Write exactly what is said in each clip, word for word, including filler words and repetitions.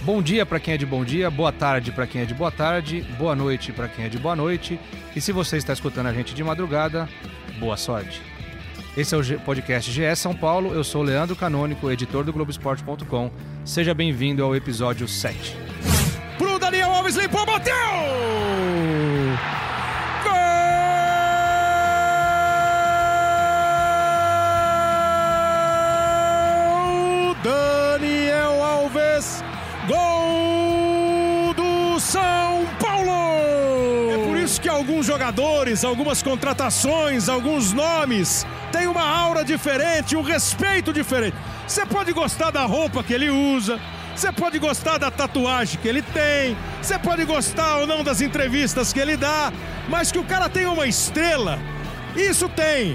Bom dia para quem é de bom dia, boa tarde para quem é de boa tarde, boa noite para quem é de boa noite. E se você está escutando a gente de madrugada, boa sorte. Esse é o podcast G E São Paulo, eu sou o Leandro Canônico, editor do Globo Esporte ponto com. Seja bem-vindo ao episódio sete. Pro Daniel Alves, limpou, bateu! Gol! Daniel Alves, gol do São Paulo! É por isso que alguns jogadores, algumas contratações, alguns nomes têm uma aura diferente, um respeito diferente. Você pode gostar da roupa que ele usa, você pode gostar da tatuagem que ele tem, você pode gostar ou não das entrevistas que ele dá, mas que o cara tem uma estrela, isso tem.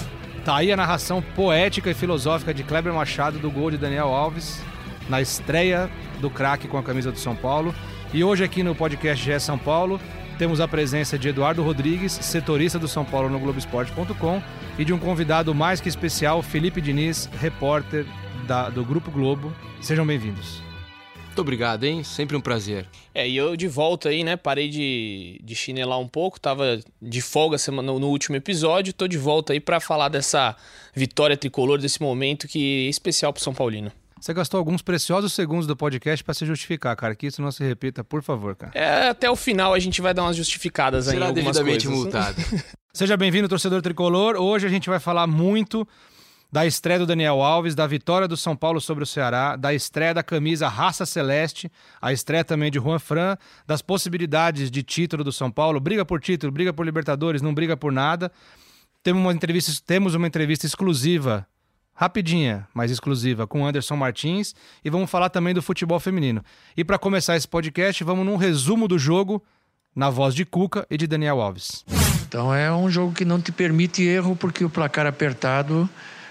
Tá aí a narração poética e filosófica de Kleber Machado do gol de Daniel Alves na estreia do craque com a camisa do São Paulo. E hoje aqui no podcast G E São Paulo temos a presença de Eduardo Rodrigues, setorista do São Paulo no Globo Esporte ponto com, e de um convidado mais que especial, Felipe Diniz, repórter da, do Grupo Globo. Sejam bem-vindos. Muito obrigado, hein? Sempre um prazer. É, e eu de volta aí, né? Parei de, de chinelar um pouco, tava de folga semana, no último episódio, tô de volta aí pra falar dessa vitória tricolor, desse momento que é especial pro São Paulino. Você gastou alguns preciosos segundos do podcast pra se justificar, cara, que isso não se repita, por favor, cara. É, até o final a gente vai dar umas justificadas aí em algumas coisas. Será devidamente multado. Seja bem-vindo, torcedor tricolor. Hoje a gente vai falar muito da estreia do Daniel Alves, da vitória do São Paulo sobre o Ceará, da estreia da camisa Raça Celeste, a estreia também de Juan Fran, das possibilidades de título do São Paulo, briga por título, briga por Libertadores, não briga por nada. Temos uma entrevista, temos uma entrevista exclusiva, rapidinha, mas exclusiva, com Anderson Martins, e vamos falar também do futebol feminino. E para começar esse podcast, vamos num resumo do jogo, na voz de Cuca e de Daniel Alves. Então é um jogo que não te permite erro, porque o placar apertado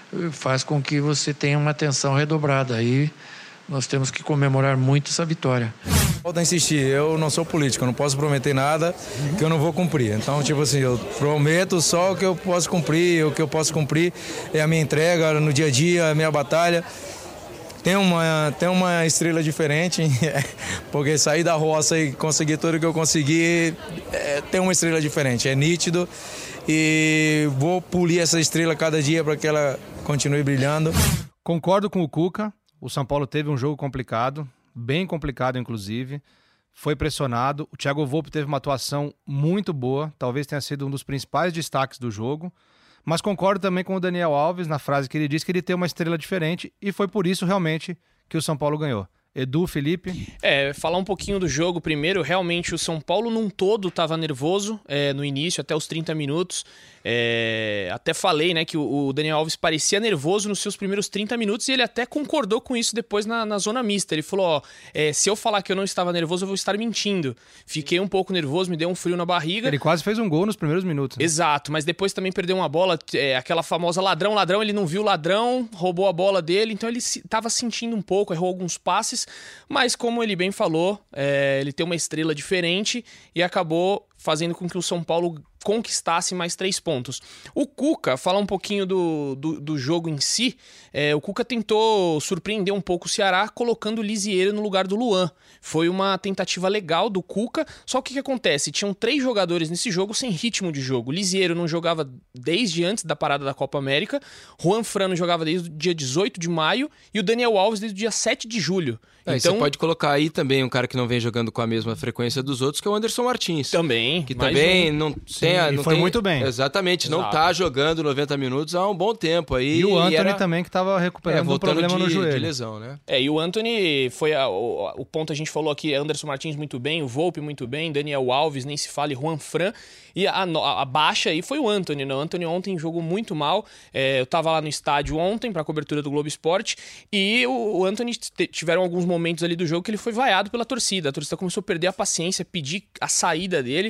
faz com que você tenha uma atenção redobrada. Aí nós temos que comemorar muito essa vitória. Volto a insistir, eu não sou político, eu não posso prometer nada que eu não vou cumprir. Então, tipo assim, eu prometo só o que eu posso cumprir, o que eu posso cumprir é a minha entrega no dia a dia, a minha batalha. Tem uma, tem uma estrela diferente, porque sair da roça e conseguir tudo que eu consegui, é, tem uma estrela diferente, é nítido. E vou polir essa estrela cada dia para que ela continue brilhando. Concordo com o Cuca, o São Paulo teve um jogo complicado, bem complicado inclusive, foi pressionado, o Thiago Volpi teve uma atuação muito boa, talvez tenha sido um dos principais destaques do jogo, mas concordo também com o Daniel Alves na frase que ele disse que ele tem uma estrela diferente e foi por isso realmente que o São Paulo ganhou. Edu, Felipe? É, falar um pouquinho do jogo primeiro. Realmente o São Paulo num todo estava nervoso é, no início, até os trinta minutos. É, até falei, né, que o, o Daniel Alves parecia nervoso nos seus primeiros trinta minutos e ele até concordou com isso depois na, na zona mista. Ele falou, ó, é, se eu falar que eu não estava nervoso, eu vou estar mentindo. Fiquei um pouco nervoso, me deu um frio na barriga. Ele quase fez um gol nos primeiros minutos. Né? Exato, mas depois também perdeu uma bola, é, aquela famosa ladrão, ladrão, ele não viu o ladrão, roubou a bola dele, então ele estava sentindo um pouco, errou alguns passes, mas como ele bem falou, é, ele tem uma estrela diferente e acabou fazendo com que o São Paulo conquistasse mais três pontos. O Cuca, falar um pouquinho do, do, do jogo em si, é, o Cuca tentou surpreender um pouco o Ceará colocando o Lisieiro no lugar do Luan. Foi uma tentativa legal do Cuca, só que o que acontece? Tinham três jogadores nesse jogo sem ritmo de jogo. O Lisieiro não jogava desde antes da parada da Copa América, Juan Fran não jogava desde o dia dezoito de maio e o Daniel Alves desde o dia sete de julho. É, então, você pode colocar aí também um cara que não vem jogando com a mesma frequência dos outros, que é o Anderson Martins. Também. Que também um... não tem... E não foi tem... muito bem. Exatamente, Exato. não tá jogando noventa minutos há um bom tempo aí. E o Antony era... também, que estava recuperando é, um problema de, no joelho. de lesão, né? É, e o Antony foi a, o, o ponto a gente falou aqui, Anderson Martins muito bem, o Volpi muito bem, Daniel Alves, nem se fale, Juan Fran. E a, a, a baixa aí foi o Antony, né? O Antony ontem jogou muito mal. É, eu tava lá no estádio ontem pra cobertura do Globo Esporte e o, o Antony t- tiveram alguns momentos ali do jogo que ele foi vaiado pela torcida. A torcida começou a perder a paciência, pedir a saída dele.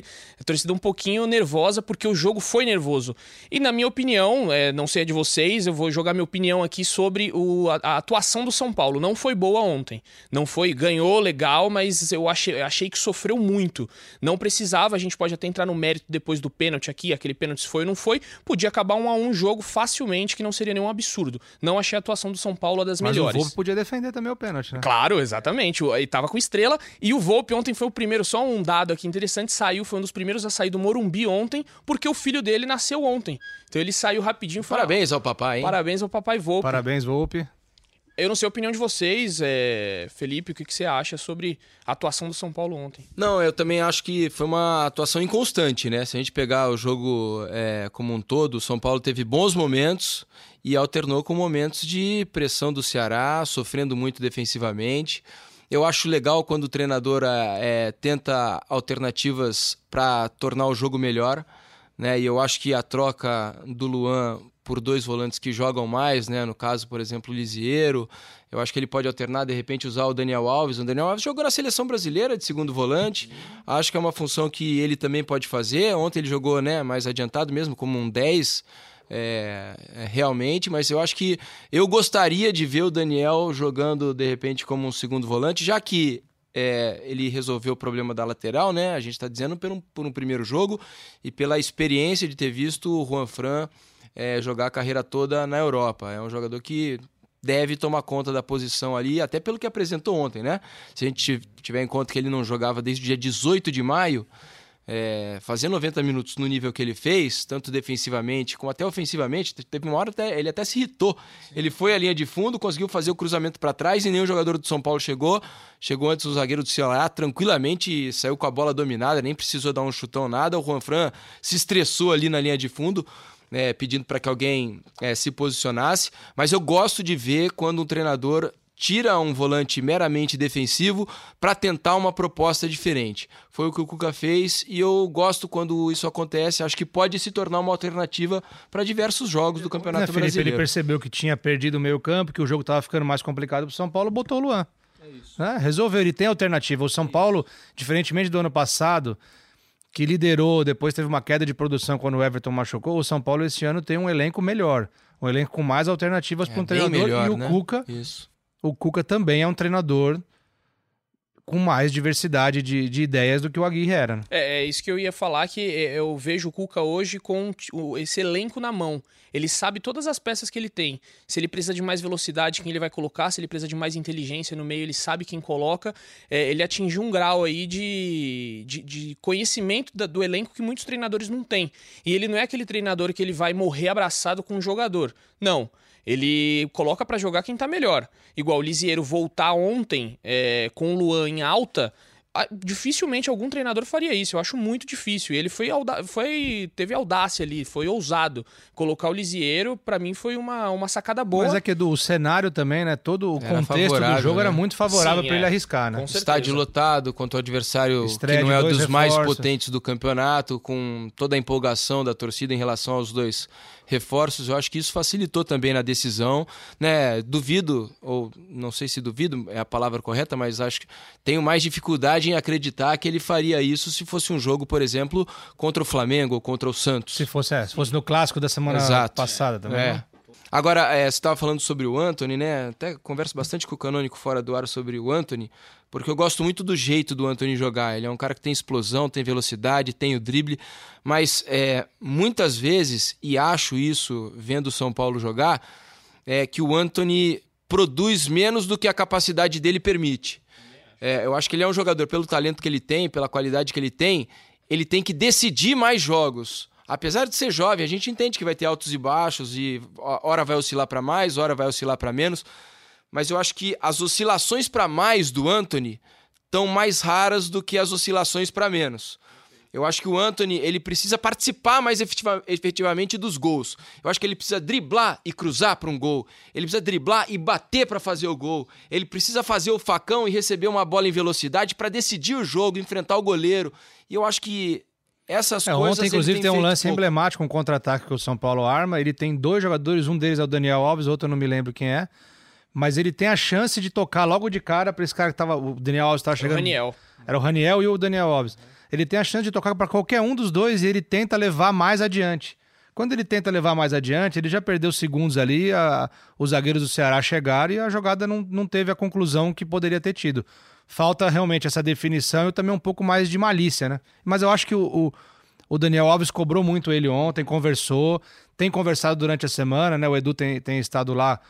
A torcida um pouquinho nervosa porque o jogo foi nervoso. E na minha opinião, é, não sei a de vocês, eu vou jogar minha opinião aqui sobre o, a, a atuação do São Paulo. Não foi boa ontem. Não foi, ganhou legal, mas eu achei, achei que sofreu muito. Não precisava, a gente pode até entrar no mérito depois do pênalti aqui, aquele pênalti se foi ou não foi, podia acabar um a um jogo facilmente, que não seria nenhum absurdo. Não achei a atuação do São Paulo das mas melhores. Mas o Volpe podia defender também o pênalti, né? Claro, exatamente. Ele tava com estrela e o Volpe ontem foi o primeiro, só um dado aqui interessante, saiu, foi um dos primeiros a sair do Morumbi ontem, porque o filho dele nasceu ontem. Então ele saiu rapidinho. Foi, parabéns ao papai, hein? Parabéns ao papai Volpe. Parabéns, Volpe. Eu não sei a opinião de vocês, é... Felipe, o que, que você acha sobre a atuação do São Paulo ontem? Não, eu também acho que foi uma atuação inconstante, né? Se a gente pegar o jogo é, como um todo, o São Paulo teve bons momentos e alternou com momentos de pressão do Ceará, sofrendo muito defensivamente. Eu acho legal quando o treinador é, tenta alternativas para tornar o jogo melhor, né? E eu acho que a troca do Luan por dois volantes que jogam mais, né? No caso, por exemplo, o Lisiero, eu acho que ele pode alternar, de repente, usar o Daniel Alves. O Daniel Alves jogou na seleção brasileira de segundo volante, acho que é uma função que ele também pode fazer. Ontem ele jogou, né, mais adiantado mesmo, como um dez, é, é, realmente, mas eu acho que eu gostaria de ver o Daniel jogando, de repente, como um segundo volante, já que É, ele resolveu o problema da lateral, né? A gente está dizendo por um, por um primeiro jogo e pela experiência de ter visto o Juan Fran é, jogar a carreira toda na Europa. É um jogador que deve tomar conta da posição ali, até pelo que apresentou ontem, né? Se a gente tiver em conta que ele não jogava desde o dia dezoito de maio, é, fazer noventa minutos no nível que ele fez, tanto defensivamente como até ofensivamente, teve uma hora até, ele até se irritou. Sim. Ele foi à linha de fundo, conseguiu fazer o cruzamento para trás e nenhum jogador do São Paulo chegou. Chegou antes o zagueiro do Ceará, tranquilamente saiu com a bola dominada, nem precisou dar um chutão, nada. O Juan Fran se estressou ali na linha de fundo, né, pedindo para que alguém é, se posicionasse. Mas eu gosto de ver quando um treinador tira um volante meramente defensivo para tentar uma proposta diferente. Foi o que o Cuca fez e eu gosto quando isso acontece. Acho que pode se tornar uma alternativa para diversos jogos do Campeonato Felipe, Brasileiro. Ele percebeu que tinha perdido o meio campo, que o jogo estava ficando mais complicado para o São Paulo, botou o Luan. É isso. É, resolveu, ele tem alternativa. O São Paulo, diferentemente do ano passado, que liderou, depois teve uma queda de produção quando o Everton machucou, o São Paulo esse ano tem um elenco melhor. Um elenco com mais alternativas é, para um treinador. Melhor, e o né? Cuca... Isso. O Cuca também é um treinador com mais diversidade de, de ideias do que o Aguirre era. Né? É, é isso que eu ia falar, que eu vejo o Cuca hoje com esse elenco na mão. Ele sabe todas as peças que ele tem. Se ele precisa de mais velocidade, quem ele vai colocar. Se ele precisa de mais inteligência no meio, ele sabe quem coloca. É, ele atingiu um grau aí de, de, de conhecimento da, do elenco que muitos treinadores não têm. E ele não é aquele treinador que ele vai morrer abraçado com um jogador. Não. Ele coloca pra jogar quem tá melhor. Igual o Lisiero voltar ontem é, com o Luan em alta, dificilmente algum treinador faria isso. Eu acho muito difícil. E ele foi, auda- foi teve audácia ali, foi ousado. Colocar o Lisiero, pra mim, foi uma, uma sacada boa. Mas é que do o cenário também, né? Todo o Era contexto do jogo, né? Era muito favorável para é. ele arriscar, né? Com certeza. Estádio lotado contra o adversário Estreia que não é um dos reforços. mais potentes do campeonato, com toda a empolgação da torcida em relação aos dois reforços. Eu acho que isso facilitou também na decisão, né? Duvido, ou não sei se duvido é a palavra correta, mas acho que tenho mais dificuldade em acreditar que ele faria isso se fosse um jogo, por exemplo, contra o Flamengo ou contra o Santos. Se fosse, é, se fosse no clássico da semana Exato. passada também. É. Né? Agora, é, você estava falando sobre o Antony, né? Até converso bastante com o Canônico fora do ar sobre o Antony, porque eu gosto muito do jeito do Antony jogar. Ele é um cara que tem explosão, tem velocidade, tem o drible, mas é, muitas vezes, e acho isso vendo o São Paulo jogar, é que o Antony produz menos do que a capacidade dele permite. É, eu acho que ele é um jogador, pelo talento que ele tem, pela qualidade que ele tem, ele tem que decidir mais jogos. Apesar de ser jovem, a gente entende que vai ter altos e baixos e hora vai oscilar para mais, hora vai oscilar para menos, mas eu acho que as oscilações para mais do Antony estão mais raras do que as oscilações para menos. Eu acho que o Antony ele precisa participar mais efetiva, efetivamente dos gols. Eu acho que ele precisa driblar e cruzar para um gol. Ele precisa driblar e bater para fazer o gol. Ele precisa fazer o facão e receber uma bola em velocidade para decidir o jogo, enfrentar o goleiro. E eu acho que essas é, coisas... Ontem, inclusive, tem, tem um lance pouco. emblemático, um contra-ataque que o São Paulo arma. Ele tem dois jogadores, um deles é o Daniel Alves, outro eu não me lembro quem é. mas ele tem a chance de tocar logo de cara para esse cara que tava, o Daniel Alves estava chegando. O Raniel. Era o Raniel e o Daniel Alves. Ele tem a chance de tocar para qualquer um dos dois e ele tenta levar mais adiante. Quando ele tenta levar mais adiante, ele já perdeu segundos ali, a, os zagueiros do Ceará chegaram e a jogada não, não teve a conclusão que poderia ter tido. Falta realmente essa definição e também um pouco mais de malícia, né? Mas eu acho que o, o, o Daniel Alves cobrou muito ele ontem, conversou, tem conversado durante a semana, né? O Edu tem, tem estado lá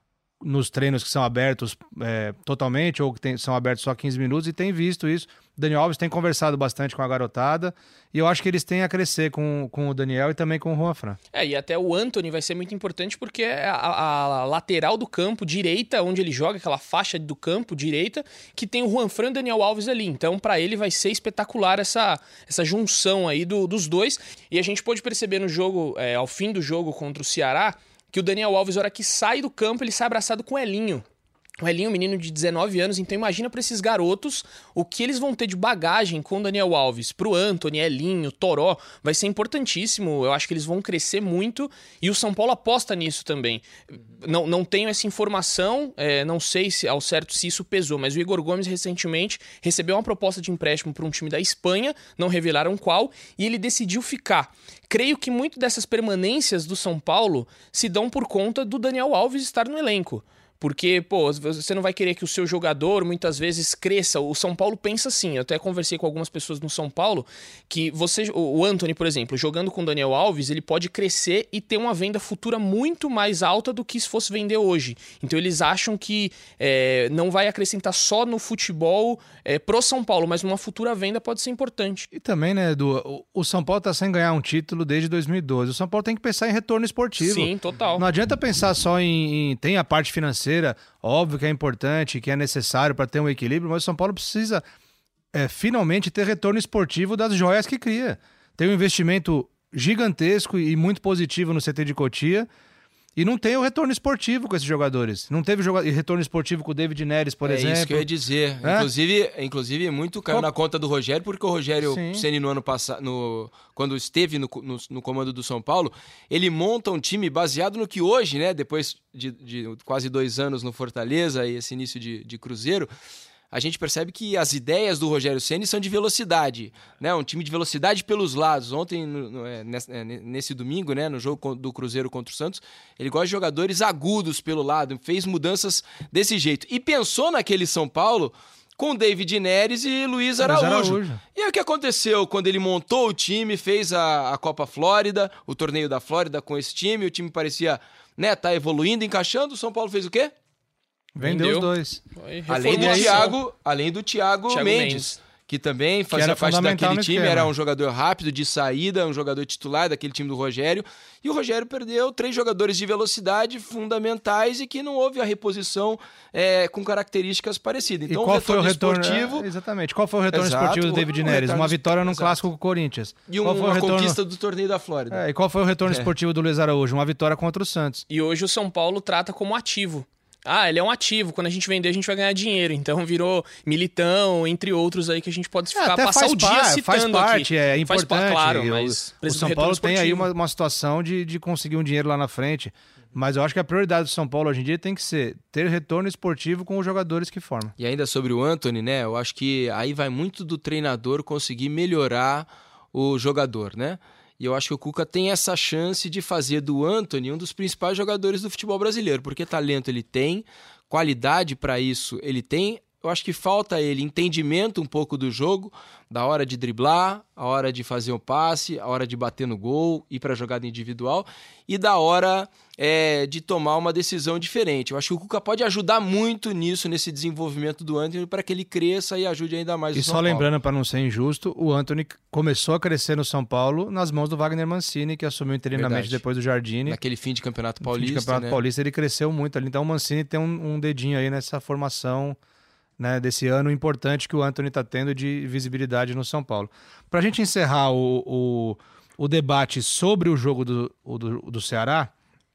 nos treinos que são abertos é, totalmente ou que tem, são abertos só quinze minutos e tem visto isso. O Daniel Alves tem conversado bastante com a garotada e eu acho que eles têm a crescer com, com o Daniel e também com o Juan Fran. É, e até o Antony vai ser muito importante porque é a, a lateral do campo direita, onde ele joga, aquela faixa do campo direita, que tem o Juan Fran e o Daniel Alves ali. Então, para ele vai ser espetacular essa, essa junção aí do, dos dois. E a gente pôde perceber no jogo, é, ao fim do jogo contra o Ceará, que o Daniel Alves, na hora que sai do campo, ele sai abraçado com o Elinho. O Elinho é um menino de dezenove anos, então imagina para esses garotos o que eles vão ter de bagagem com o Daniel Alves. Pro Antony, Elinho, Toró, vai ser importantíssimo. Eu acho que eles vão crescer muito e o São Paulo aposta nisso também. Não, não tenho essa informação, é, não sei se, ao certo se isso pesou, mas o Igor Gomes recentemente recebeu uma proposta de empréstimo para um time da Espanha, não revelaram qual, e ele decidiu ficar. Creio que muito dessas permanências do São Paulo se dão por conta do Daniel Alves estar no elenco. Porque, pô, você não vai querer que o seu jogador muitas vezes cresça. O São Paulo pensa assim, eu até conversei com algumas pessoas no São Paulo, que você, o Antony, por exemplo, jogando com o Daniel Alves, ele pode crescer e ter uma venda futura muito mais alta do que se fosse vender hoje. Então eles acham que é, não vai acrescentar só no futebol é, pro São Paulo, mas numa futura venda pode ser importante. E também, né, Edu, o São Paulo tá sem ganhar um título desde dois mil e doze. O São Paulo tem que pensar em retorno esportivo. Sim, total. Não adianta pensar só em... em tem a parte financeira, óbvio que é importante, que é necessário para ter um equilíbrio, mas o São Paulo precisa é, finalmente ter retorno esportivo das joias que cria. Tem um investimento gigantesco e muito positivo no C T de Cotia e não tem o retorno esportivo com esses jogadores. Não teve joga- retorno esportivo com o David Neres, por é exemplo. É isso que eu ia dizer. É? Inclusive, inclusive, muito caiu Qual... na conta do Rogério, porque o Rogério Sim. Ceni no ano passado, no, quando esteve no, no, no comando do São Paulo, ele monta um time baseado no que hoje, né, depois de, de quase dois anos no Fortaleza e esse início de, de Cruzeiro, a gente percebe que as ideias do Rogério Ceni são de velocidade, né? Um time de velocidade pelos lados. Ontem, no, no, é, nesse, é, nesse domingo, né, no jogo do Cruzeiro contra o Santos, ele gosta de jogadores agudos pelo lado, fez mudanças desse jeito. E pensou naquele São Paulo com David Neres e Luiz Araújo. Araújo. E aí o que aconteceu quando ele montou o time, fez a, a Copa Flórida, o torneio da Flórida com esse time, o time parecia, né, tá evoluindo, encaixando, o São Paulo fez o quê? Vendeu, Vendeu. os dois. Além do, Thiago, além do Thiago, Thiago Mendes, Mendes. que também fazia era parte fundamental daquele no time, esquema. era um jogador rápido, de saída, um jogador titular daquele time do Rogério. E o Rogério perdeu três jogadores de velocidade fundamentais e que não houve a reposição é, com características parecidas. Então, e qual o foi o retorno esportivo... é, exatamente. Qual foi o retorno Exato, esportivo do o- David o Neres? retorno Uma vitória num exato. clássico com o Corinthians. E Qual foi o uma retorno... conquista do torneio da Flórida. É, e qual foi o retorno É. esportivo do Luiz Araújo? Uma vitória contra o Santos. E hoje o São Paulo trata como ativo. Ah, ele é um ativo. Quando a gente vender, a gente vai ganhar dinheiro. Então virou Militão, entre outros aí que a gente pode É, ficar, até passar faz o dia par- citando faz parte, aqui. é Faz importante. par- claro, O- mas o precisa do São retorno Paulo tem aí esportivo. uma, uma situação de, de conseguir um dinheiro lá na frente. Mas eu acho que a prioridade do São Paulo hoje em dia tem que ser ter retorno esportivo com os jogadores que formam. E ainda sobre o Antony, né? Eu acho que aí vai muito do treinador conseguir melhorar o jogador, né? E eu acho que o Cuca tem essa chance de fazer do Antony um dos principais jogadores do futebol brasileiro, porque talento ele tem, qualidade para isso ele tem. Eu acho que falta a ele entendimento um pouco do jogo, da hora de driblar, a hora de fazer um passe, a hora de bater no gol, ir para a jogada individual e da hora é, de tomar uma decisão diferente. Eu acho que o Cuca pode ajudar muito nisso, nesse desenvolvimento do Antony, para que ele cresça e ajude ainda mais E o São só Paulo. lembrando, para não ser injusto, o Antony começou a crescer no São Paulo nas mãos do Wagner Mancini, que assumiu interinamente Verdade. depois do Jardine. Naquele fim de Campeonato No fim Paulista, de Campeonato né? Paulista ele cresceu muito ali. Então o Mancini tem um, um dedinho aí nessa formação, né, desse ano importante que o Antony está tendo de visibilidade no São Paulo. Para a gente encerrar o, o, o debate sobre o jogo do, o, do, do Ceará,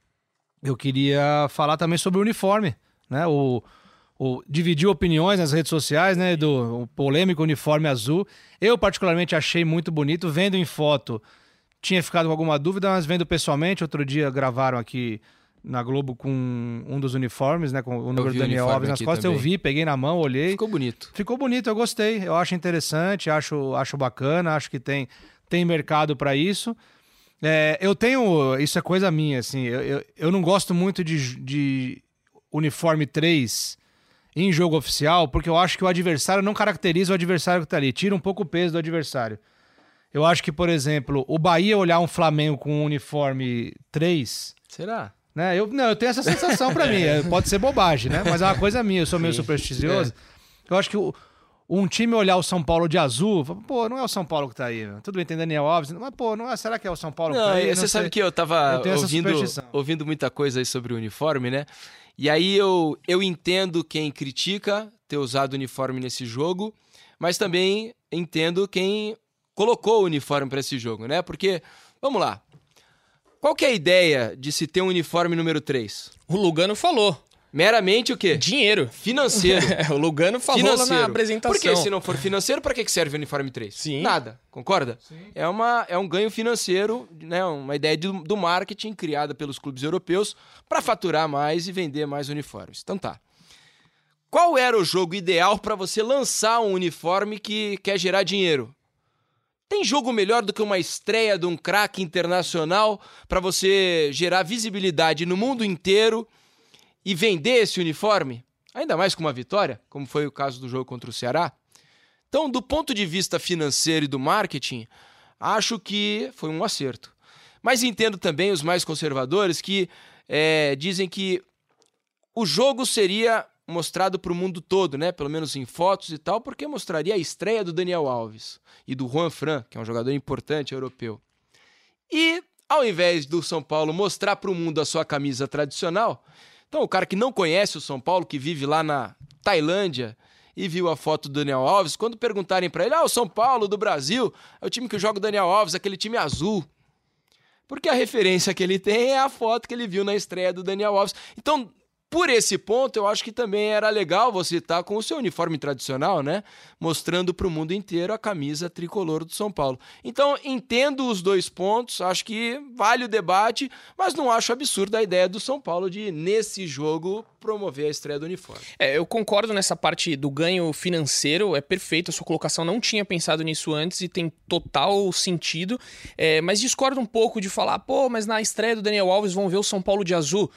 eu queria falar também sobre o uniforme, né? O, o, dividiu opiniões nas redes sociais, né, do o polêmico uniforme azul. Eu particularmente achei muito bonito, vendo em foto tinha ficado com alguma dúvida, mas vendo pessoalmente, outro dia gravaram aqui na Globo com um dos uniformes, né? Com o número do Daniel Alves nas costas. Também. Eu vi, peguei na mão, olhei. Ficou bonito. Ficou bonito, eu gostei. Eu acho interessante, acho, acho bacana, acho que tem, tem mercado para isso. É, eu tenho... Isso é coisa minha, assim. Eu, eu, eu não gosto muito de, de uniforme três em jogo oficial, porque eu acho que o adversário não caracteriza o adversário que tá ali. Tira um pouco o peso do adversário. Eu acho que, por exemplo, o Bahia olhar um Flamengo com um uniforme três... Será? Né? Eu, não, eu tenho essa sensação pra mim. Pode ser bobagem, né? Mas é uma coisa minha, eu sou meio Sim. supersticioso. É. Eu acho que o, um time olhar o São Paulo de azul, fala, pô, não é o São Paulo que tá aí. Meu. Tudo bem, tem Daniel Alves, mas pô, não é, será que é o São Paulo não, que tá aí? Você não sabe sei. que eu tava eu ouvindo, ouvindo muita coisa aí sobre o uniforme, né? E aí eu, eu entendo quem critica ter usado o uniforme nesse jogo, mas também entendo quem colocou o uniforme para esse jogo, né? Porque, vamos lá, qual que é a ideia de se ter um uniforme número três? O Lugano falou. Meramente o quê? Dinheiro. Financeiro. O Lugano falou financeiro. lá na apresentação. Porque se não for financeiro, para que serve o uniforme três? Sim. Nada, concorda? Sim. É, uma, é um ganho financeiro, né? Uma ideia de, do marketing criada pelos clubes europeus para faturar mais e vender mais uniformes. Então tá. Qual era o jogo ideal para você lançar um uniforme que quer gerar dinheiro? Tem jogo melhor do que uma estreia de um craque internacional para você gerar visibilidade no mundo inteiro e vender esse uniforme? Ainda mais com uma vitória, como foi o caso do jogo contra o Ceará. Então, do ponto de vista financeiro e do marketing, acho que foi um acerto. Mas entendo também os mais conservadores que é, dizem que o jogo seria mostrado para o mundo todo, né? Pelo menos em fotos e tal, porque mostraria a estreia do Daniel Alves e do Juan Fran, que é um jogador importante europeu. E, ao invés do São Paulo mostrar para o mundo a sua camisa tradicional, então o cara que não conhece o São Paulo, que vive lá na Tailândia e viu a foto do Daniel Alves, quando perguntarem para ele, ah, o São Paulo do Brasil é o time que joga o Daniel Alves, aquele time azul. Porque a referência que ele tem é a foto que ele viu na estreia do Daniel Alves. Então, por esse ponto, eu acho que também era legal você estar com o seu uniforme tradicional, né? Mostrando para o mundo inteiro a camisa tricolor do São Paulo. Então, entendo os dois pontos, acho que vale o debate, mas não acho absurda a ideia do São Paulo de, nesse jogo, promover a estreia do uniforme. É, eu concordo nessa parte do ganho financeiro, é perfeito, a sua colocação, não tinha pensado nisso antes e tem total sentido, é, mas discordo um pouco de falar, pô, mas na estreia do Daniel Alves vão ver o São Paulo de azul.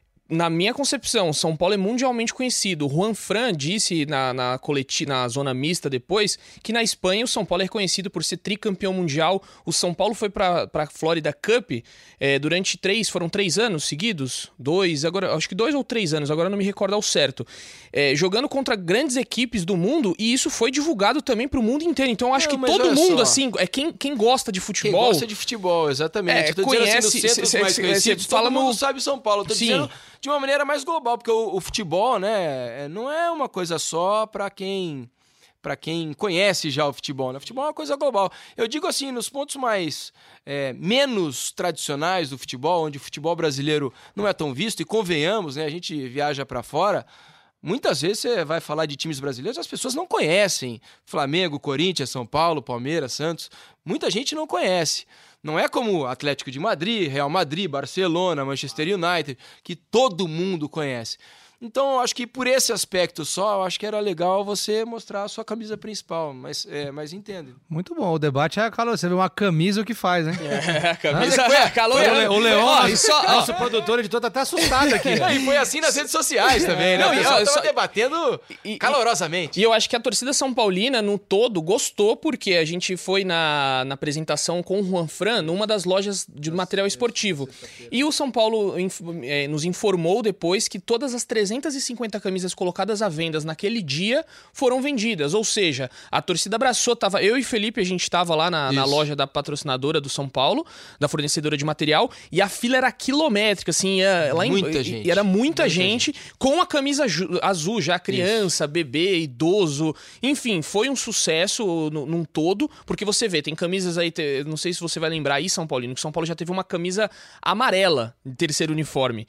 Na minha concepção, São Paulo é mundialmente conhecido. O Juan Fran disse na, na, coleti- na zona mista depois que na Espanha o São Paulo é reconhecido por ser tricampeão mundial. O São Paulo foi para a Florida Cup é, durante três, foram três anos seguidos? Dois, agora acho que dois ou três anos, agora não me recordo ao certo. É, jogando contra grandes equipes do mundo e isso foi divulgado também para o mundo inteiro. Então eu acho não, que todo mundo, só. assim, é quem, quem gosta de futebol... Quem gosta de futebol, exatamente. É, Tô conhece, dizendo assim, nos centros cê, mais cê, conhecidos, cê todo fala mundo no... sabe São Paulo. Tô Sim. dizendo de uma maneira mais global, porque o, o futebol, né, não é uma coisa só para quem para quem conhece já o futebol, né? O futebol é uma coisa global. Eu digo assim, nos pontos mais é, menos tradicionais do futebol, onde o futebol brasileiro não é tão visto, e convenhamos, né, a gente viaja para fora, muitas vezes você vai falar de times brasileiros, as pessoas não conhecem. Flamengo, Corinthians, São Paulo, Palmeiras, Santos, muita gente não conhece. Não é como Atlético de Madrid, Real Madrid, Barcelona, Manchester United, que todo mundo conhece. Então, eu acho que por esse aspecto só, eu acho que era legal você mostrar a sua camisa principal, mas, é, mas entende. Muito bom, o debate é calor. Você vê uma camisa o que faz, né? É, a camisa Ah, é calor. O, o Leão, Ó, nosso, e só- nosso produtor, editor, tá até assustado aqui. É, e foi assim nas redes sociais também, né? Não, O e, pessoal ó, tava só- debatendo e- e- calorosamente. E eu acho que a torcida São Paulina, no todo, gostou, porque a gente foi na, na apresentação com o Juan Fran, numa das lojas de material esportivo. E o São Paulo inf- eh, nos informou depois que todas as trezentas e cinquenta camisas colocadas à venda naquele dia foram vendidas. Ou seja, a torcida abraçou, tava, eu e Felipe, a gente estava lá na, na Isso. loja da patrocinadora do São Paulo, da fornecedora de material, e a fila era quilométrica, assim, ia, lá em- Muita e- gente. E era muita, Muita gente, com a camisa ju- azul, já criança, bebê, idoso, enfim, foi um sucesso no- num todo, porque você vê, tem camisas aí, te- não sei se você vai lembrar aí, São Paulino, que São Paulo já teve uma camisa amarela de terceiro uniforme.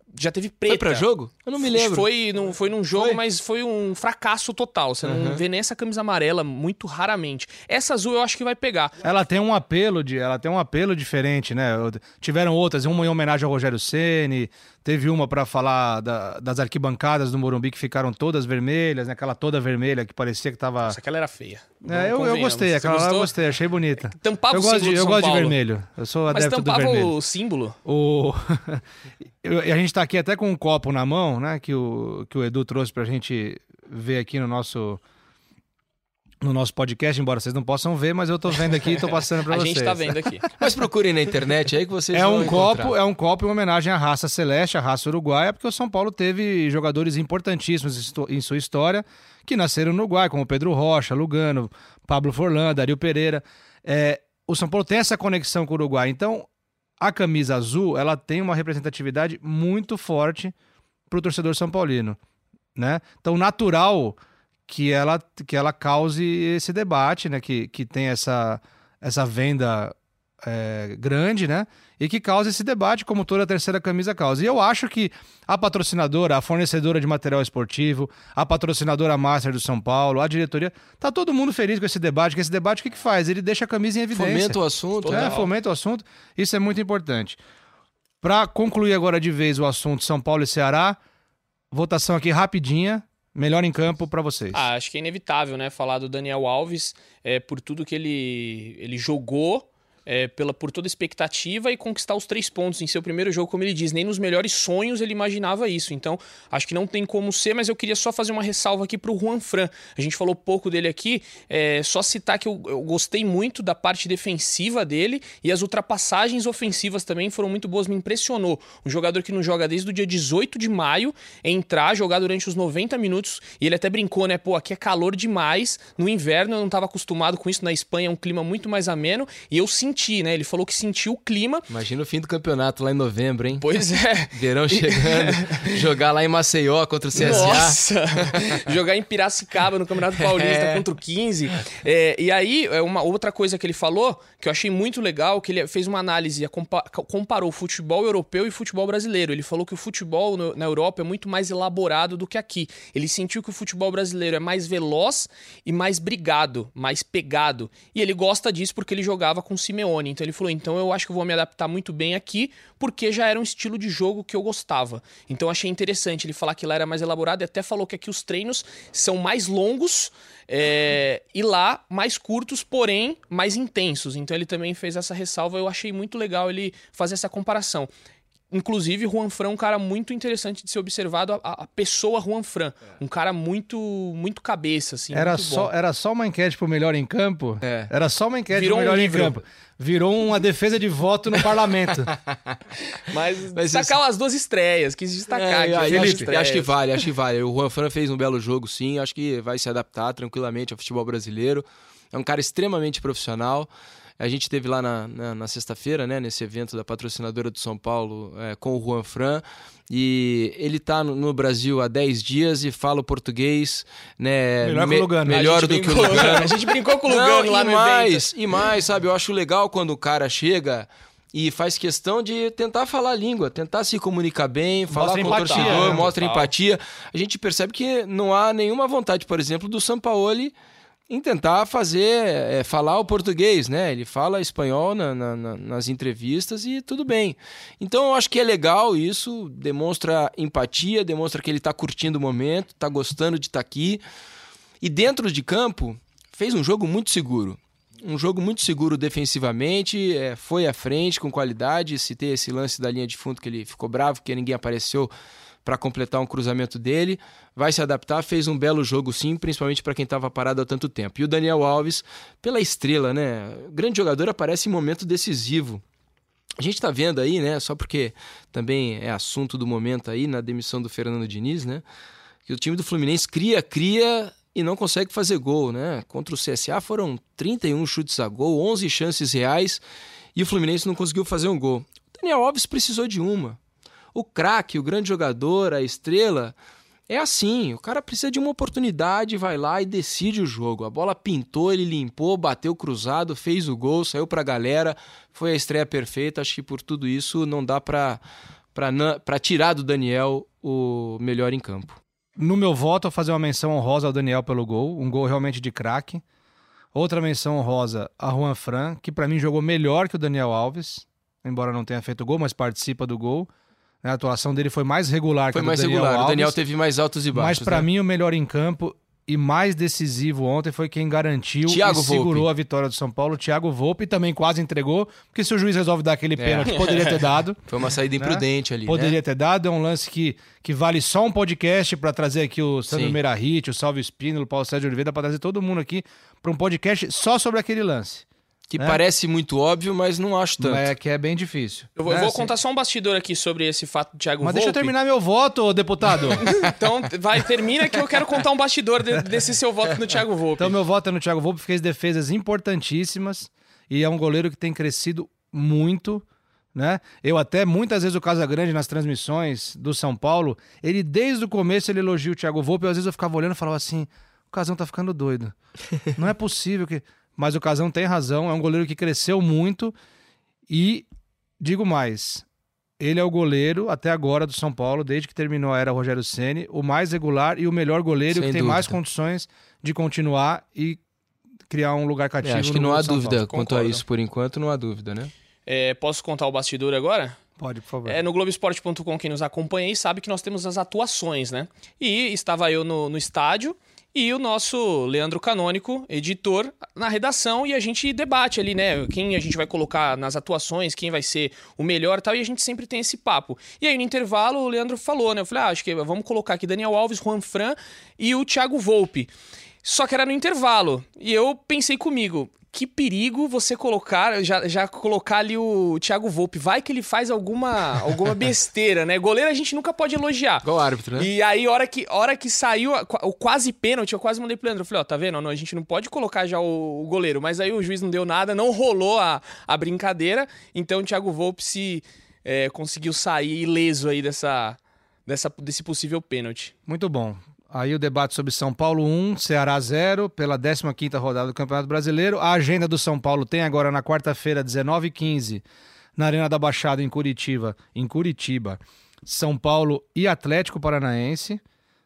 já teve preta. Foi pra jogo? Eu não me lembro. Foi, não, foi num jogo, Foi? mas foi um fracasso total. Você Uhum. não vê nem essa camisa amarela, muito raramente. Essa azul eu acho que vai pegar. Ela tem um apelo de, ela tem um apelo diferente, né? Tiveram outras, uma em homenagem ao Rogério Ceni, teve uma pra falar da- das arquibancadas do Morumbi que ficaram todas vermelhas, né? Aquela toda vermelha que parecia que tava... Nossa, aquela era feia. É, eu, eu Convenhamos. gostei, Você aquela lá eu gostou? gostei, achei bonita. Tampava eu o gosto símbolo de, de eu São gosto de Paulo. vermelho, eu sou Mas adepto do tampava vermelho. o símbolo. O... eu- e a gente tá aqui até com um copo na mão, né? Que o, que o Edu trouxe pra gente ver aqui no nosso, no nosso podcast, embora vocês não possam ver, mas eu tô vendo aqui e tô passando pra A vocês. gente tá vendo aqui. Mas procurem na internet aí que vocês É vão um encontrar. copo, é um copo em homenagem à raça celeste, à raça uruguaia, porque o São Paulo teve jogadores importantíssimos esto- em sua história que nasceram no Uruguai, como Pedro Rocha, Lugano, Pablo Forlan, Dario Pereira. É, o São Paulo tem essa conexão com o Uruguai. Então, a camisa azul, ela tem uma representatividade muito forte pro torcedor são paulino, né? Então, natural que ela, que ela cause esse debate, né? Que, que tem essa, essa venda é, grande, né? E que causa esse debate, como toda a terceira camisa causa. E eu acho que a patrocinadora, a fornecedora de material esportivo, a patrocinadora master do São Paulo, a diretoria, tá todo mundo feliz com esse debate, que esse debate o que, que faz? Ele deixa a camisa em evidência. Fomenta o assunto. É, né? fomenta o assunto. Isso é muito importante. Para concluir agora de vez o assunto São Paulo e Ceará, votação aqui rapidinha. Melhor em campo para vocês. Ah, acho que é inevitável, né? Falar do Daniel Alves, é, por tudo que ele, ele jogou, é, pela, por toda a expectativa e conquistar os três pontos em seu primeiro jogo, como ele diz. Nem nos melhores sonhos ele imaginava isso. Então, acho que não tem como ser, mas eu queria só fazer uma ressalva aqui pro Juan Fran. A gente falou pouco dele aqui, é, só citar que eu, eu gostei muito da parte defensiva dele e as ultrapassagens ofensivas também foram muito boas, me impressionou. Um jogador que não joga desde o dia dezoito de maio, entrar, jogar durante os noventa minutos, e ele até brincou, né? Pô, aqui é calor demais, no inverno eu não estava acostumado com isso, na Espanha é um clima muito mais ameno, e eu senti, né? Ele falou que sentiu o clima. Imagina o fim do campeonato lá em novembro, hein? Pois é. Verão chegando, jogar lá em Maceió contra o C S A. Nossa! Jogar em Piracicaba no Campeonato Paulista É. contra o quinze. É, e aí, é uma outra coisa que ele falou, que eu achei muito legal, que ele fez uma análise, compa- comparou o futebol europeu e o futebol brasileiro. Ele falou que o futebol no- na Europa é muito mais elaborado do que aqui. Ele sentiu que o futebol brasileiro é mais veloz e mais brigado, mais pegado. E ele gosta disso porque ele jogava com o Simeone. Então ele falou, então eu acho que eu vou me adaptar muito bem aqui, porque já era um estilo de jogo que eu gostava. Então achei interessante ele falar que lá era mais elaborado, e até falou que aqui os treinos são mais longos, é, e lá mais curtos, porém mais intensos. Então ele também fez essa ressalva, eu achei muito legal ele fazer essa comparação. Inclusive, Juan Fran é um cara muito interessante de ser observado, a, a pessoa Juan Fran. Um cara muito muito cabeça, assim, Era muito só, bom. era só uma enquete pro melhor em campo? É. Era só uma enquete Virou pro um melhor em livro. campo. Virou uma defesa de voto no parlamento. Mas, Mas destacar as duas estreias, quis destacar É, aqui. e as acho, duas acho que estreias. vale, acho que vale. O Juan Fran fez um belo jogo, sim. Acho que vai se adaptar tranquilamente ao futebol brasileiro. É um cara extremamente profissional. A gente esteve lá na, na, na sexta-feira, né, nesse evento da patrocinadora do São Paulo, é, com o Juan Fran. E ele está no, no Brasil há dez dias e fala o português, né? Melhor que o Lugano. Melhor A gente do que o brincou- Lugano. A gente brincou com o Não, Lugano lá e no mais, evento. E mais, sabe? Eu acho legal quando o cara chega e faz questão de tentar falar a língua, tentar se comunicar bem, falar com empatia, o torcedor, né? mostra Total. empatia. A gente percebe que não há nenhuma vontade, por exemplo, do Sampaoli em tentar fazer, é, falar o português, né? Ele fala espanhol na, na, na, nas entrevistas e tudo bem. Então eu acho que é legal isso, demonstra empatia, demonstra que ele está curtindo o momento, está gostando de estar aqui. E dentro de campo, fez um jogo muito seguro. Um jogo muito seguro defensivamente, é, foi à frente com qualidade. Citei esse lance da linha de fundo que ele ficou bravo, porque ninguém apareceu para completar um cruzamento dele. Vai se adaptar, fez um belo jogo sim, principalmente para quem estava parado há tanto tempo. E o Daniel Alves, pela estrela, né? O grande jogador aparece em momento decisivo. A gente está vendo aí, né? Só porque também é assunto do momento aí, na demissão do Fernando Diniz, né? Que o time do Fluminense cria, cria e não consegue fazer gol, né? Contra o C S A foram trinta e um chutes a gol, onze chances reais e o Fluminense não conseguiu fazer um gol. O Daniel Alves precisou de uma. O craque, o grande jogador, a estrela, é assim, o cara precisa de uma oportunidade, vai lá e decide o jogo. A bola pintou, ele limpou, bateu cruzado, fez o gol, saiu pra galera, foi a estreia perfeita. Acho que por tudo isso não dá pra, para tirar do Daniel o melhor em campo. No meu voto, eu vou fazer uma menção honrosa ao Daniel pelo gol, um gol realmente de craque. Outra menção honrosa a Juan Fran, que para mim jogou melhor que o Daniel Alves, embora não tenha feito gol, mas participa do gol. A atuação dele foi mais regular foi que a do mais Daniel regular. Alves. O Daniel teve mais altos e baixos. Mas para né? mim o melhor em campo e mais decisivo ontem foi quem garantiu Thiago e segurou Volpi. a vitória do São Paulo, Thiago Volpi, e também quase entregou, porque se o juiz resolve dar aquele pênalti, É. poderia ter dado. Foi uma saída imprudente ali, Poderia né? ter dado, é um lance que, que vale só um podcast para trazer aqui o Sandro Sim. Merahit, o Salve Espínola, o Paulo Sérgio Oliveira, para trazer todo mundo aqui para um podcast só sobre aquele lance. Que né? parece muito óbvio, mas não acho tanto. É que é bem difícil. Eu vou, né? eu vou Assim, contar só um bastidor aqui sobre esse fato do Thiago Mas Volpi. deixa eu terminar meu voto, ô deputado. Então, vai, termina que eu quero contar um bastidor de- desse seu voto no Thiago Volpi. Então, meu voto é no Thiago Volpi, fez defesas importantíssimas e é um goleiro que tem crescido muito, né? Eu até, muitas vezes, o Casagrande, nas transmissões do São Paulo, ele, desde o começo, ele elogia o Thiago Volpi, e às vezes eu ficava olhando e falava assim, o Casão tá ficando doido. Não é possível que... Mas o Casão tem razão, é um goleiro que cresceu muito e, digo mais, ele é o goleiro, até agora, do São Paulo, desde que terminou a era Rogério Ceni, o mais regular e o melhor goleiro, Sem que tem dúvida. mais condições de continuar e criar um lugar cativo. É, acho que no não há São dúvida Paulo. quanto a Concordo. isso, por enquanto, não há dúvida, né? É, posso contar o bastidor agora? Pode, por favor. É, no Globoesporte ponto com, quem nos acompanha aí sabe que nós temos as atuações, né? E estava eu no, no estádio e o nosso Leandro Canônico, editor, na redação, e a gente debate ali, né? Quem a gente vai colocar nas atuações, quem vai ser o melhor e tal, e a gente sempre tem esse papo. E aí, no intervalo, o Leandro falou, né? Eu falei, ah, acho que vamos colocar aqui Daniel Alves, Juan Fran e o Thiago Volpi. Só que era no intervalo. E eu pensei comigo, que perigo você colocar, já, já colocar ali o Thiago Volpi. Vai que ele faz alguma, alguma besteira, né? Goleiro a gente nunca pode elogiar. Igual árbitro, né? E aí, hora que, hora que saiu a- o quase pênalti, eu quase mandei pro Leandro. Eu falei, ó, tá vendo? Não, a gente não pode colocar já o, o goleiro. Mas aí o juiz não deu nada, não rolou a, a brincadeira. Então o Thiago Volpi se, é, conseguiu sair ileso aí dessa, dessa, desse possível pênalti. Muito bom. Aí o debate sobre São Paulo um, Ceará zero, pela décima quinta rodada do Campeonato Brasileiro. A agenda do São Paulo tem agora na quarta-feira, dezenove e quinze, na Arena da Baixada, em Curitiba, em Curitiba, São Paulo e Atlético Paranaense,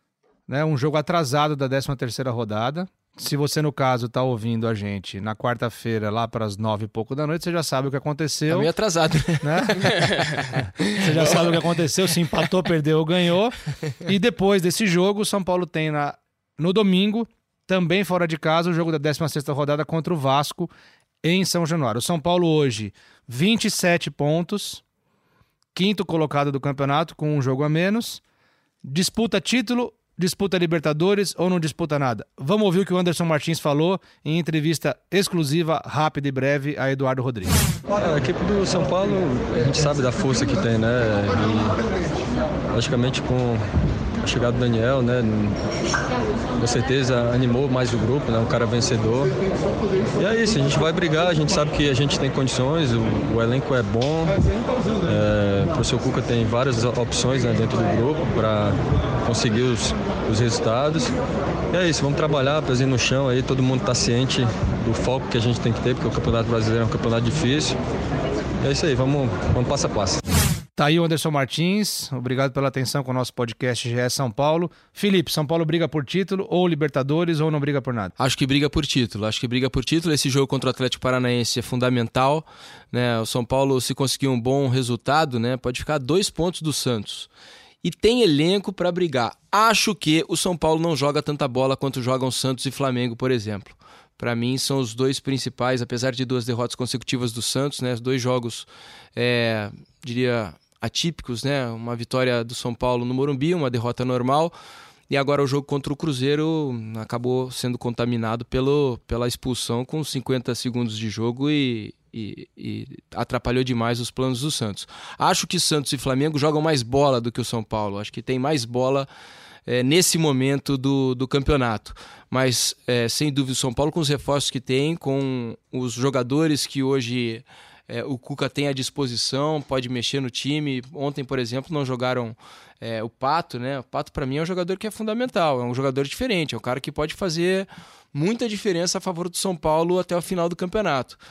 né? Um jogo atrasado da décima terceira rodada. Se você, no caso, está ouvindo a gente na quarta-feira, lá para as nove e pouco da noite, você já sabe o que aconteceu. Tá meio atrasado, né? né? Você já sabe o que aconteceu, se empatou, perdeu ou ganhou. E depois desse jogo, o São Paulo tem na, no domingo, também fora de casa, o jogo da décima sexta rodada contra o Vasco em São Januário. O São Paulo hoje, vinte e sete pontos, quinto colocado do campeonato, com um jogo a menos, disputa título, disputa Libertadores ou não disputa nada? Vamos ouvir o que o Anderson Martins falou em entrevista exclusiva, rápida e breve a Eduardo Rodrigues. A equipe do São Paulo, a gente sabe da força que tem, né? E, logicamente, com a chegada do Daniel, né? Com certeza animou mais o grupo, né? Um cara vencedor. E é isso, a gente vai brigar, a gente sabe que a gente tem condições, o, o elenco é bom. É, o professor Cuca tem várias opções, né, dentro do grupo para conseguir os, os resultados. E é isso, vamos trabalhar, pezinho no chão aí, todo mundo está ciente do foco que a gente tem que ter, porque o Campeonato Brasileiro é um campeonato difícil. E é isso aí, vamos, vamos passo a passo. Tá aí o Anderson Martins, obrigado pela atenção com o nosso podcast G E São Paulo. Felipe, São Paulo briga por título, ou Libertadores, ou não briga por nada? Acho que briga por título, acho que briga por título. Esse jogo contra o Atlético Paranaense é fundamental, né? O São Paulo, se conseguir um bom resultado, né, pode ficar a dois pontos do Santos. E tem elenco para brigar. Acho que o São Paulo não joga tanta bola quanto jogam Santos e Flamengo, por exemplo. Para mim, são os dois principais, apesar de duas derrotas consecutivas do Santos, né? Os dois jogos, é, diria, atípicos, né? Uma vitória do São Paulo no Morumbi, uma derrota normal. E agora o jogo contra o Cruzeiro acabou sendo contaminado pelo, pela expulsão com cinquenta segundos de jogo e, e, e atrapalhou demais os planos do Santos. Acho que Santos e Flamengo jogam mais bola do que o São Paulo. Acho que tem mais bola é, nesse momento do, do campeonato. Mas, é, sem dúvida, o São Paulo, com os reforços que tem, com os jogadores que hoje é, o Cuca tem à disposição, pode mexer no time. Ontem, por exemplo, não jogaram é, o Pato, né? O Pato, para mim, é um jogador que é fundamental, é um jogador diferente, é um cara que pode fazer muita diferença a favor do São Paulo até o final do campeonato.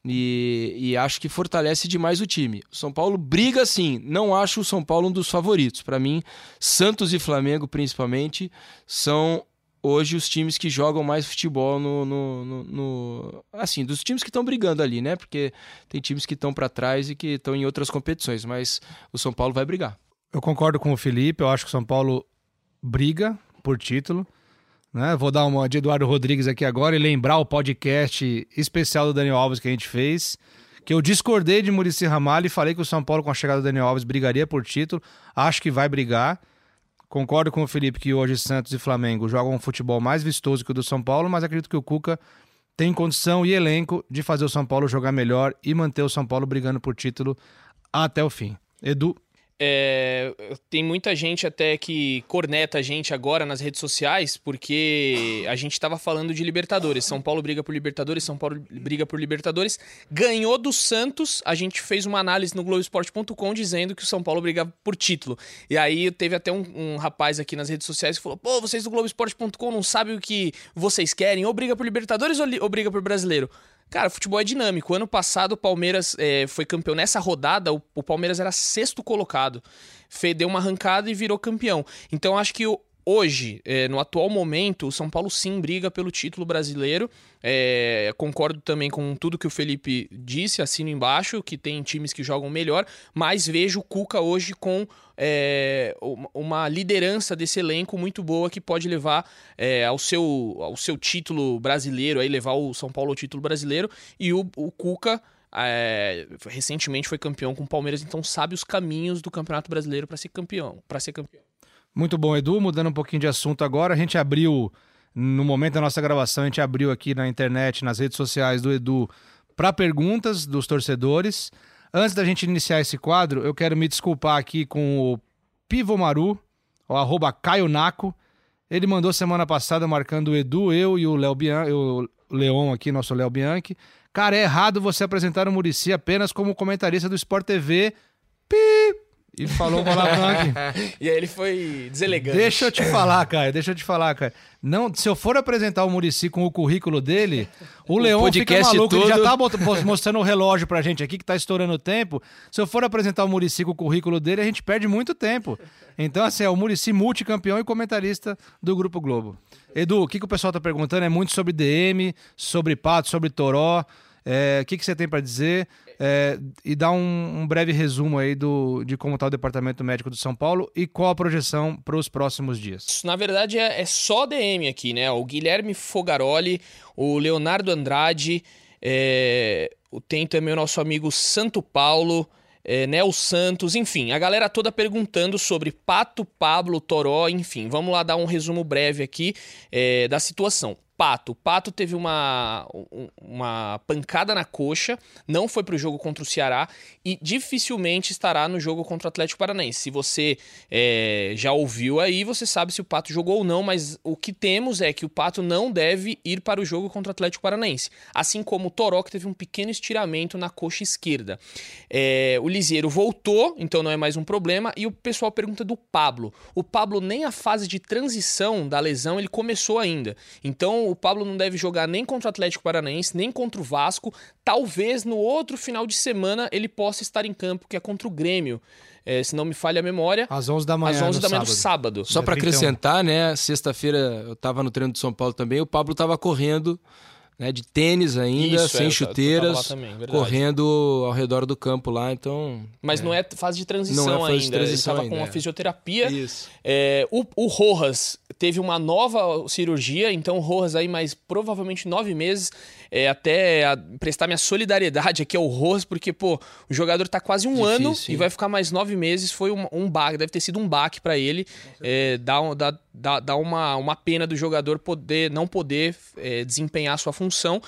E, e acho que fortalece demais o time. O São Paulo briga sim, não acho o São Paulo um dos favoritos. Para mim, Santos e Flamengo, principalmente, são hoje os times que jogam mais futebol no... no, no, no assim, dos times que estão brigando ali, né? Porque tem times que estão para trás e que estão em outras competições, mas o São Paulo vai brigar. Eu concordo com o Felipe, eu acho que o São Paulo briga por título. Né? Vou dar uma de Eduardo Rodrigues aqui agora e lembrar o podcast especial do Daniel Alves que a gente fez, que eu discordei de Muricy Ramalho e falei que o São Paulo, com a chegada do Daniel Alves, brigaria por título. Acho que vai brigar. Concordo com o Felipe que hoje Santos e Flamengo jogam um futebol mais vistoso que o do São Paulo, mas acredito que o Cuca tem condição e elenco de fazer o São Paulo jogar melhor e manter o São Paulo brigando por título até o fim. Edu? É, tem muita gente até que corneta a gente agora nas redes sociais, porque a gente estava falando de Libertadores. São Paulo briga por Libertadores, São Paulo briga por Libertadores. Ganhou do Santos, a gente fez uma análise no Globo Esporte ponto com dizendo que o São Paulo briga por título. E aí teve até um, um rapaz aqui nas redes sociais que falou: pô, vocês do Globo Esporte ponto com não sabem o que vocês querem, ou briga por Libertadores ou, ou briga por Brasileiro. Cara, futebol é dinâmico. Ano passado o Palmeiras é, foi campeão. Nessa rodada, o, o Palmeiras era sexto colocado. Fe, deu uma arrancada e virou campeão. Então, acho que o, hoje, é, no atual momento, o São Paulo sim briga pelo título brasileiro. É, concordo também com tudo que o Felipe disse, assino embaixo, que tem times que jogam melhor, mas vejo o Cuca hoje com é, uma liderança desse elenco muito boa que pode levar é, ao, seu, ao seu título brasileiro, aí levar o São Paulo ao título brasileiro, e o, o Cuca é, recentemente foi campeão com o Palmeiras, então sabe os caminhos do Campeonato Brasileiro para ser campeão, para ser campeão. Muito bom, Edu. Mudando um pouquinho de assunto agora, a gente abriu, no momento da nossa gravação, a gente abriu aqui na internet, nas redes sociais do Edu, para perguntas dos torcedores. Antes da gente iniciar esse quadro, eu quero me desculpar aqui com o Pivomaru, o arroba Caio Naco. Ele mandou semana passada marcando o Edu, eu e o Léo Bianchi, o Leon aqui, nosso Léo Bianchi. Cara, é errado você apresentar o Muricy apenas como comentarista do Sport T V. Pi! E falou um palavrão aqui. E aí ele foi deselegante. Deixa eu te falar, cara. Deixa eu te falar, cara. Não, se eu for apresentar o Muricy com o currículo dele, o, o Leon fica maluco. Todo... Ele já tá mostrando o relógio pra gente aqui, que tá estourando o tempo. Se eu for apresentar o Muricy com o currículo dele, a gente perde muito tempo. Então, assim, é o Muricy multicampeão e comentarista do Grupo Globo. Edu, o que, que o pessoal tá perguntando é muito sobre D M, sobre Pato, sobre Toró. É, o que, que você tem para dizer? É, e dá um, um breve resumo aí do, de como está o Departamento Médico do São Paulo e qual a projeção para os próximos dias. Na verdade, é, é só D M aqui, né? O Guilherme Fogaroli, o Leonardo Andrade, é, tem também o nosso amigo Santo Paulo, é, Nel Santos, enfim, a galera toda perguntando sobre Pato, Pablo, Toró, enfim. Vamos lá dar um resumo breve aqui é, da situação. Pato. Pato teve uma, uma pancada na coxa, não foi para o jogo contra o Ceará e dificilmente estará no jogo contra o Atlético Paranaense. Se você é, já ouviu aí, você sabe se o Pato jogou ou não, mas o que temos é que o Pato não deve ir para o jogo contra o Atlético Paranaense. Assim como o Toró, que teve um pequeno estiramento na coxa esquerda. É, o Liseiro voltou, então não é mais um problema. E o pessoal pergunta do Pablo. O Pablo, nem a fase de transição da lesão, ele começou ainda. Então, o Pablo não deve jogar nem contra o Atlético Paranaense, nem contra o Vasco. Talvez no outro final de semana ele possa estar em campo, que é contra o Grêmio. É, se não me falha a memória. Às onze da manhã. Às onze da manhã sábado. do sábado. Só para acrescentar, né? Sexta-feira eu estava no treino de São Paulo também. O Pablo estava correndo, né, de tênis ainda, Isso, sem é, chuteiras, também, correndo ao redor do campo lá, então... Mas é. não é fase de transição não é fase ainda, de transição ele estava ainda, com uma é. fisioterapia. Isso. É, o, o Rojas teve uma nova cirurgia, então o Rojas aí mais provavelmente nove meses, é, até a, prestar minha solidariedade aqui ao Rojas, porque, pô, o jogador tá quase um Difícil, ano sim. e vai ficar mais nove meses, foi um, um baque, deve ter sido um baque para ele, é, dá, dá, dá, dá uma, uma pena do jogador poder, não poder é, desempenhar sua função.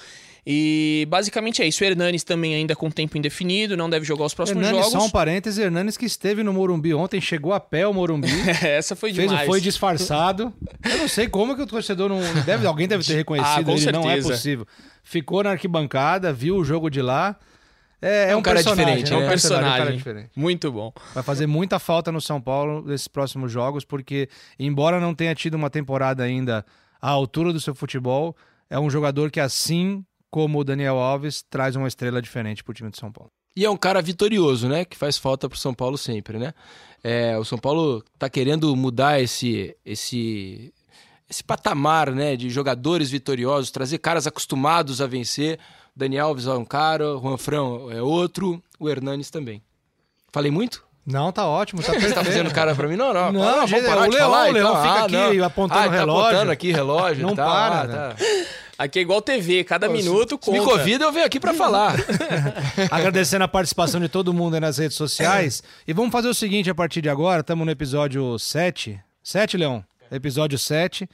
E basicamente é isso. O Hernanes também ainda com tempo indefinido, não deve jogar os próximos Hernanes, jogos. só um parêntese, Hernanes que esteve no Morumbi ontem, chegou a pé ao Morumbi. Essa foi fez, demais. Foi disfarçado. Eu não sei como que o torcedor não... Deve, alguém deve ter reconhecido Ah, com ele, certeza. não é possível. Ficou na arquibancada, viu o jogo de lá. É, é, É um, um cara personagem, diferente, é um né? personagem, personagem. um cara diferente. Muito bom. Vai fazer muita falta no São Paulo nesses próximos jogos, porque embora não tenha tido uma temporada ainda à altura do seu futebol, é um jogador que assim como o Daniel Alves traz uma estrela diferente pro time de São Paulo. E é um cara vitorioso, né? Que faz falta pro São Paulo sempre, né? É, o São Paulo tá querendo mudar esse, esse, esse patamar, né? De jogadores vitoriosos, trazer caras acostumados a vencer. O Daniel Alves é um cara, o Juan Fran é outro, o Hernanes também. Falei muito? Não, tá ótimo, tá Você perfeito. tá fazendo cara pra mim? Não, não. Não, não gente, vamos parar o de Leão, falar, o Leão então. fica Ah, aqui não. apontando ah, o relógio. Tá apontando aqui relógio. Não tá, para, ah, né? tá. Aqui é igual T V, cada Pô, minuto se, conta. se me convida, eu venho aqui pra falar. Agradecendo a participação de todo mundo aí nas redes sociais. E vamos fazer o seguinte a partir de agora, estamos no episódio sete. sete, Leão? Episódio sete.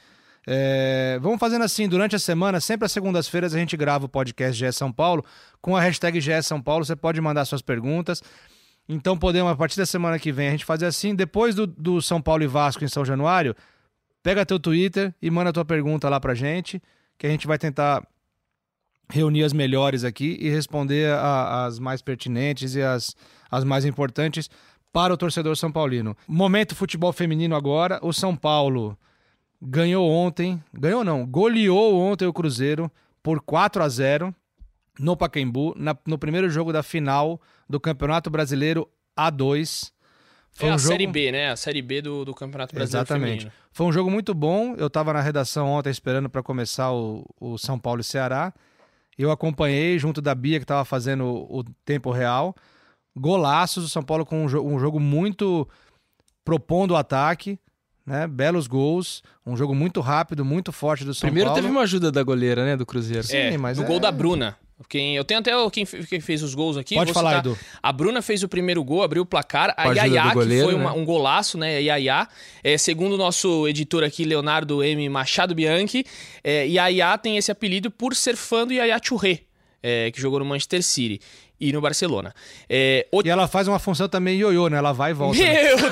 É, vamos fazendo assim, durante a semana, sempre às segundas-feiras a gente grava o podcast G E São Paulo com a hashtag G E São Paulo, você pode mandar suas perguntas. Então podemos, a partir da semana que vem, a gente fazer assim, depois do, do São Paulo e Vasco em São Januário, pega teu Twitter e manda tua pergunta lá pra gente, que a gente vai tentar reunir as melhores aqui e responder a, as mais pertinentes e as, as mais importantes para o torcedor são paulino. Momento futebol feminino agora, o São Paulo ganhou ontem, ganhou não, goleou ontem o Cruzeiro por quatro a zero no Pacaembu, na, no primeiro jogo da final do Campeonato Brasileiro A dois. Foi é um a jogo... Série B, né? A Série B do, do Campeonato Brasileiro Exatamente. Feminino. Foi um jogo muito bom. Eu estava na redação ontem esperando para começar o, o São Paulo e Ceará. Eu acompanhei junto da Bia, que estava fazendo o, o tempo real. Golaços, o São Paulo com um, jo- um jogo muito propondo o ataque, né? Belos gols. Um jogo muito rápido, muito forte do São Primeiro Paulo. teve uma ajuda da goleira, né? Do Cruzeiro. Sim, É, mas no é- gol da Bruna. Quem, eu tenho até quem, quem fez os gols aqui. Pode vou falar, citar. Edu. A Bruna fez o primeiro gol, abriu o placar. A Com a ajuda Yaya, do goleiro, que foi uma- né? um golaço, né? A Yaya. É, segundo o nosso editor aqui, Leonardo M. Machado Bianchi, é, Yaya tem esse apelido por ser fã do Yaya Touré, é, que jogou no Manchester City e no Barcelona. É, o... E ela faz uma função também ioiô, né? Ela vai e volta. Né? Meu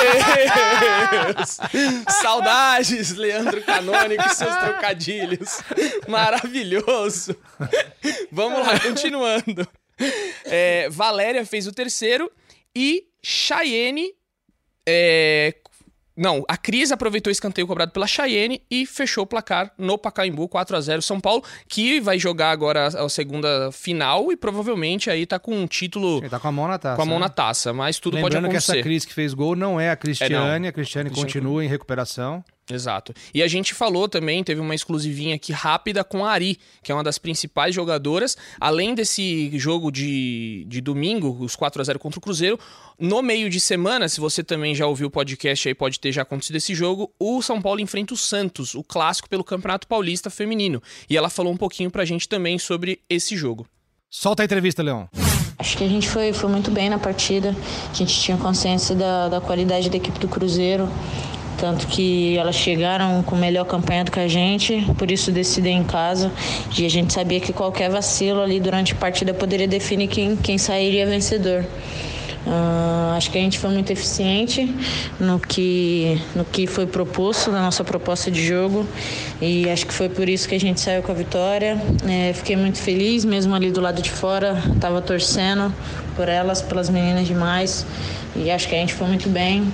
Deus! Saudades, Leandro Canônico e seus trocadilhos. Maravilhoso. Vamos lá, continuando. É, Valéria fez o terceiro e Chayenne... É... Não, a Cris aproveitou o escanteio cobrado pela Chayenne e fechou o placar no Pacaembu, quatro a zero São Paulo, que vai jogar agora a segunda final e provavelmente aí tá com um título... Ele tá com a mão na taça. Com a mão né? na taça, mas tudo Lembrando pode que acontecer. essa Cris que fez gol não é a Cristiane. É, não. a Cristiane Cristiane continua em recuperação. Exato. E a gente falou também, teve uma exclusivinha aqui rápida com a Ari, que é uma das principais jogadoras. Além desse jogo de, de domingo, os quatro a zero contra o Cruzeiro, no meio de semana, se você também já ouviu o podcast aí, pode ter já acontecido esse jogo, o São Paulo enfrenta o Santos, o clássico pelo Campeonato Paulista Feminino. E ela falou um pouquinho pra gente também sobre esse jogo. Solta a entrevista, Leão. Acho que a gente foi, foi muito bem na partida, a gente tinha consciência da, da qualidade da equipe do Cruzeiro, tanto que elas chegaram com melhor campanha do que a gente, por isso decidem em casa, e a gente sabia que qualquer vacilo ali durante a partida poderia definir quem, quem sairia vencedor. Uh, acho que a gente foi muito eficiente no que, no que foi proposto, na nossa proposta de jogo, e acho que foi por isso que a gente saiu com a vitória. É, fiquei muito feliz, mesmo ali do lado de fora, estava torcendo por elas, pelas meninas demais, e acho que a gente foi muito bem.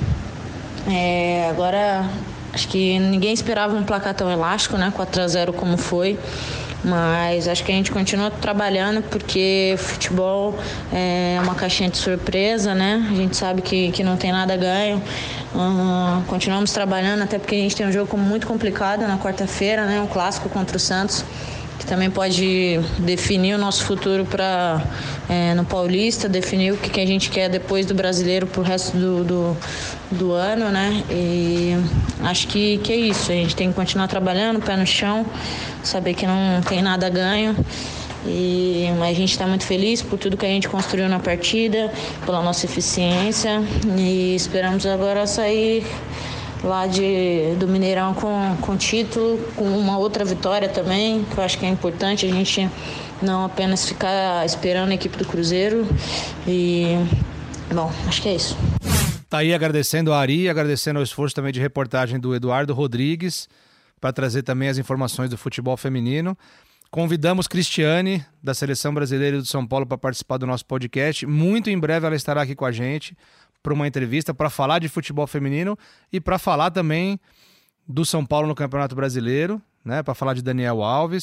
É, agora, acho que ninguém esperava um placar tão elástico, né, quatro a zero como foi. Mas acho que a gente continua trabalhando porque futebol é uma caixinha de surpresa, né? A gente sabe que, que não tem nada ganho. Uhum, continuamos trabalhando, até porque a gente tem um jogo muito complicado na quarta-feira, né? Um clássico contra o Santos, que também pode definir o nosso futuro para é, no Paulista, definir o que, que a gente quer depois do Brasileiro pro resto do, do, do ano, né? E acho que, que é isso, a gente tem que continuar trabalhando, pé no chão, saber que não tem nada ganho. E, mas a gente está muito feliz por tudo que a gente construiu na partida, pela nossa eficiência, e esperamos agora sair lá de, do Mineirão com, com título, com uma outra vitória também, que eu acho que é importante a gente não apenas ficar esperando a equipe do Cruzeiro. E, bom, acho que é isso. Tá aí agradecendo a Ari, agradecendo o esforço também de reportagem do Eduardo Rodrigues, para trazer também as informações do futebol feminino. Convidamos Cristiane, da Seleção Brasileira do São Paulo, para participar do nosso podcast. Muito em breve ela estará aqui com a gente para uma entrevista, para falar de futebol feminino e para falar também do São Paulo no Campeonato Brasileiro, né? Para falar de Daniel Alves.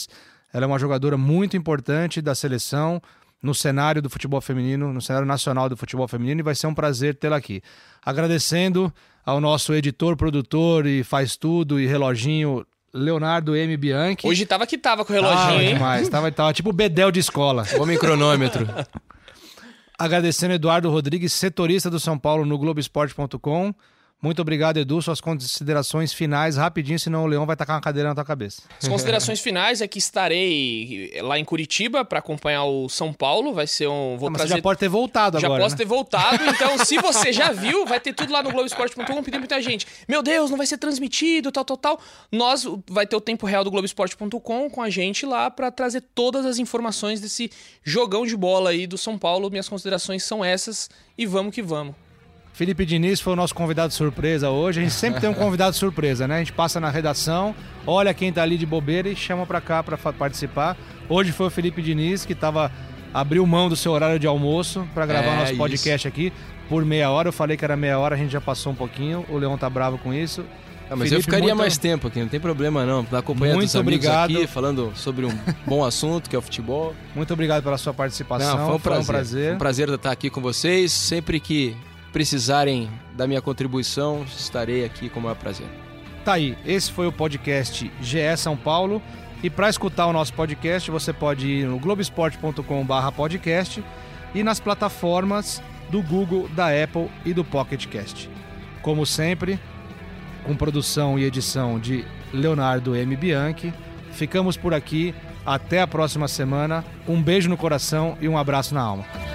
Ela é uma jogadora muito importante da seleção no cenário do futebol feminino, no cenário nacional do futebol feminino, e vai ser um prazer tê-la aqui. Agradecendo ao nosso editor, produtor e faz tudo e reloginho, Leonardo M. Bianchi. Hoje tava que tava com o reloginho, ah, hein? Demais. Tava, tava tipo bedel de escola. Homem cronômetro. Agradecendo Eduardo Rodrigues, setorista do São Paulo no Globo Esporte ponto com. Muito obrigado, Edu. Suas considerações finais, rapidinho, senão o Leão vai tacar uma cadeira na tua cabeça. As considerações finais é que estarei lá em Curitiba para acompanhar o São Paulo. Vai ser um... Vou ah, mas trazer... você já pode ter voltado já agora, Já posso né? ter voltado. Então, se você já viu, vai ter tudo lá no Globo Esporte ponto com. Pedindo muita gente. Meu Deus, não vai ser transmitido, tal, tal, tal. Nós, vai ter o tempo real do Globo Esporte ponto com com a gente lá para trazer todas as informações desse jogão de bola aí do São Paulo. Minhas considerações são essas e vamos que vamos. Felipe Diniz foi o nosso convidado surpresa hoje. A gente sempre tem um convidado surpresa, né? A gente passa na redação, olha quem tá ali de bobeira e chama pra cá pra participar. Hoje foi o Felipe Diniz, que tava, abriu mão do seu horário de almoço pra gravar é, nosso podcast isso. aqui por meia hora. Eu falei que era meia hora, a gente já passou um pouquinho. O Leão tá bravo com isso. Ah, mas Felipe, eu ficaria muito... mais tempo aqui, não tem problema não. Tá acompanhando muito os amigos obrigado. aqui, falando sobre um bom assunto, que é o futebol. Muito obrigado pela sua participação. Não, foi um prazer. Foi um prazer. Foi um prazer estar aqui com vocês. Sempre que precisarem da minha contribuição, estarei aqui com o maior prazer. Tá aí, esse foi o podcast G E São Paulo. E para escutar o nosso podcast, você pode ir no globo esporte ponto com barra podcast e nas plataformas do Google, da Apple e do Pocket Cast. Como sempre, com produção e edição de Leonardo M. Bianchi. Ficamos por aqui. Até a próxima semana. Um beijo no coração e um abraço na alma.